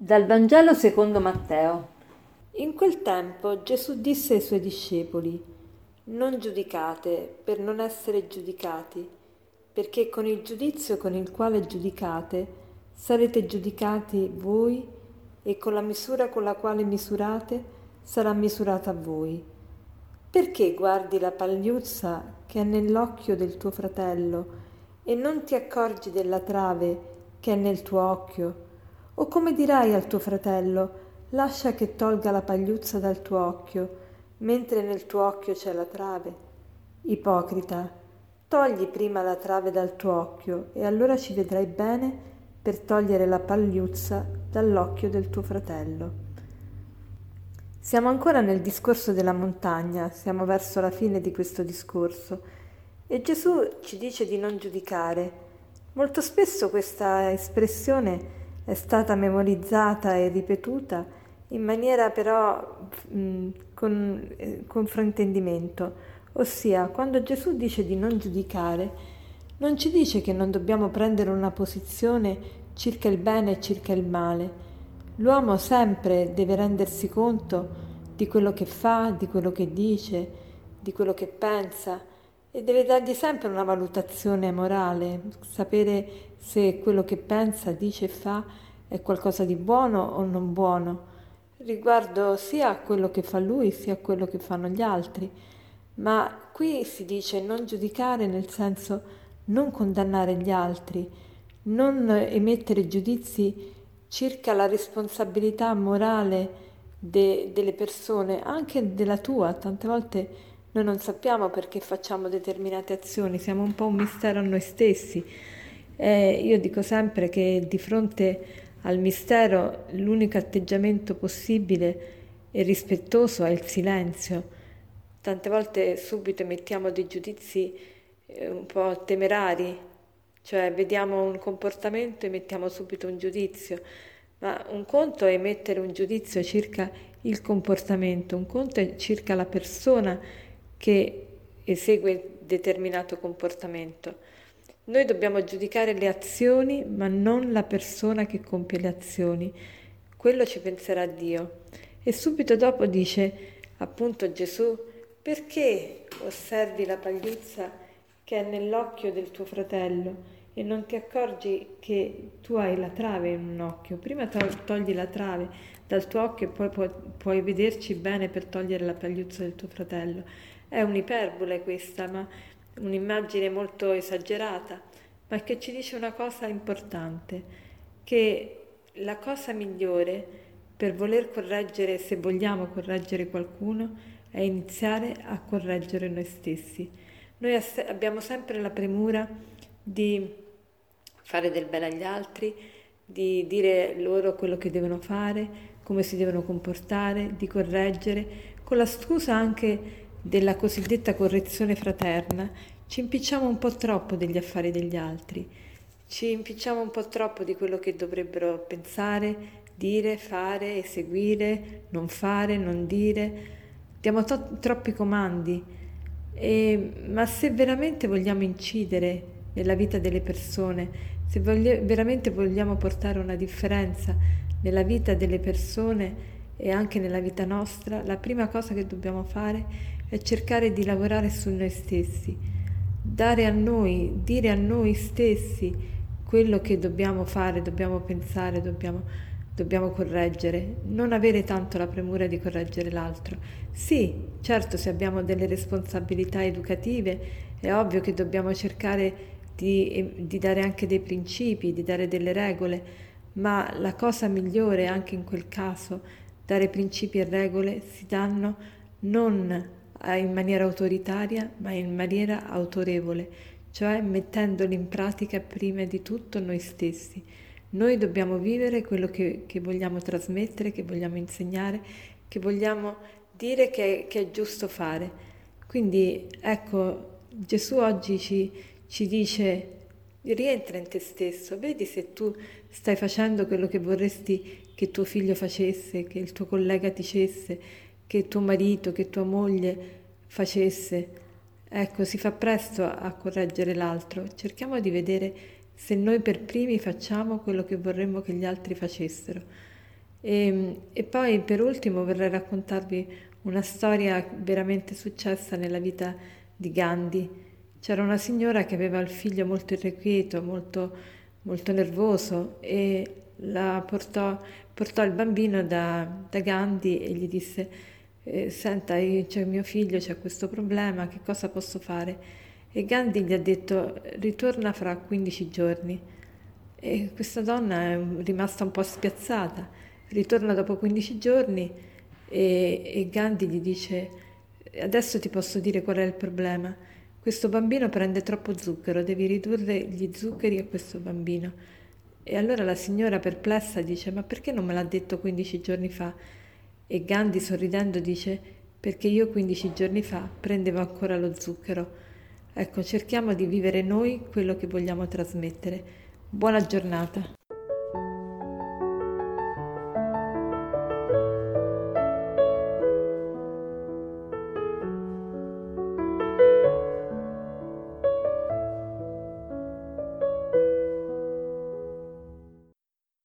Dal Vangelo secondo Matteo. In quel tempo Gesù disse ai suoi discepoli: Non giudicate per non essere giudicati, perché con il giudizio con il quale giudicate sarete giudicati voi e con la misura con la quale misurate sarà misurata a voi. Perché guardi la pagliuzza che è nell'occhio del tuo fratello e non ti accorgi della trave che è nel tuo occhio? O come dirai al tuo fratello: lascia che tolga la pagliuzza dal tuo occhio, mentre nel tuo occhio c'è la trave? Ipocrita, togli prima la trave dal tuo occhio e allora ci vedrai bene per togliere la pagliuzza dall'occhio del tuo fratello. Siamo ancora nel discorso della montagna, siamo verso la fine di questo discorso e Gesù ci dice di non giudicare. Molto spesso questa espressione stata memorizzata e ripetuta in maniera però con fraintendimento, ossia quando Gesù dice di non giudicare, non ci dice che non dobbiamo prendere una posizione circa il bene e circa il male. L'uomo sempre deve rendersi conto di quello che fa, di quello che dice, di quello che pensa e deve dargli sempre una valutazione morale, sapere se quello che pensa, dice e fa è qualcosa di buono o non buono, riguardo sia a quello che fa lui sia a quello che fanno gli altri. Ma qui si dice non giudicare nel senso non condannare gli altri, non emettere giudizi circa la responsabilità morale delle persone, anche della tua. Tante volte noi non sappiamo perché facciamo determinate azioni, siamo un po' un mistero a noi stessi. Io dico sempre che di fronte al mistero l'unico atteggiamento possibile e rispettoso è il silenzio. Tante volte subito emettiamo dei giudizi un po' temerari, cioè vediamo un comportamento e emettiamo subito un giudizio, ma un conto è emettere un giudizio circa il comportamento, un conto è circa la persona che esegue determinato comportamento. Noi dobbiamo giudicare le azioni, ma non la persona che compie le azioni. Quello ci penserà Dio. E subito dopo dice, appunto Gesù, perché osservi la pagliuzza che è nell'occhio del tuo fratello e non ti accorgi che tu hai la trave in un occhio? Prima togli la trave dal tuo occhio e poi puoi vederci bene per togliere la pagliuzza del tuo fratello. È un'iperbole questa, ma un'immagine molto esagerata, ma che ci dice una cosa importante, che la cosa migliore per voler correggere, se vogliamo correggere qualcuno, è iniziare a correggere noi stessi. Noi abbiamo sempre la premura di fare del bene agli altri, di dire loro quello che devono fare, come si devono comportare, di correggere, con la scusa anche della cosiddetta correzione fraterna, ci impicciamo un po' troppo degli affari degli altri, ci impicciamo un po' troppo di quello che dovrebbero pensare, dire, fare, eseguire, non fare, non dire. Diamo troppi comandi, ma se veramente vogliamo incidere nella vita delle persone, se veramente vogliamo portare una differenza nella vita delle persone e anche nella vita nostra, la prima cosa che dobbiamo fare è cercare di lavorare su noi stessi, dare a noi, dire a noi stessi quello che dobbiamo fare, dobbiamo pensare, dobbiamo correggere, non avere tanto la premura di correggere l'altro. Sì, certo, se abbiamo delle responsabilità educative è ovvio che dobbiamo cercare di dare anche dei principi, di dare delle regole, ma la cosa migliore anche in quel caso, dare principi e regole, si danno non in maniera autoritaria, ma in maniera autorevole, cioè mettendoli in pratica prima di tutto noi stessi. Noi dobbiamo vivere quello che vogliamo trasmettere, che vogliamo insegnare, che vogliamo dire che è giusto fare. Quindi ecco, Gesù oggi ci dice: rientra in te stesso, vedi se tu stai facendo quello che vorresti che tuo figlio facesse, che il tuo collega dicesse, che tuo marito, che tua moglie facesse. Ecco, si fa presto a correggere l'altro. Cerchiamo di vedere se noi per primi facciamo quello che vorremmo che gli altri facessero. E poi per ultimo vorrei raccontarvi una storia veramente successa nella vita di Gandhi. C'era una signora che aveva il figlio molto irrequieto, molto nervoso e portò il bambino da Gandhi e gli disse, senta, c'è mio figlio, c'è questo problema, che cosa posso fare? E Gandhi gli ha detto, ritorna fra 15 giorni. E questa donna è rimasta un po' spiazzata, ritorna dopo 15 giorni e Gandhi gli dice, adesso ti posso dire qual è il problema. Questo bambino prende troppo zucchero, devi ridurre gli zuccheri a questo bambino. E allora la signora perplessa dice, ma perché non me l'ha detto 15 giorni fa? E Gandhi sorridendo dice, perché io 15 giorni fa prendevo ancora lo zucchero. Ecco, cerchiamo di vivere noi quello che vogliamo trasmettere. Buona giornata.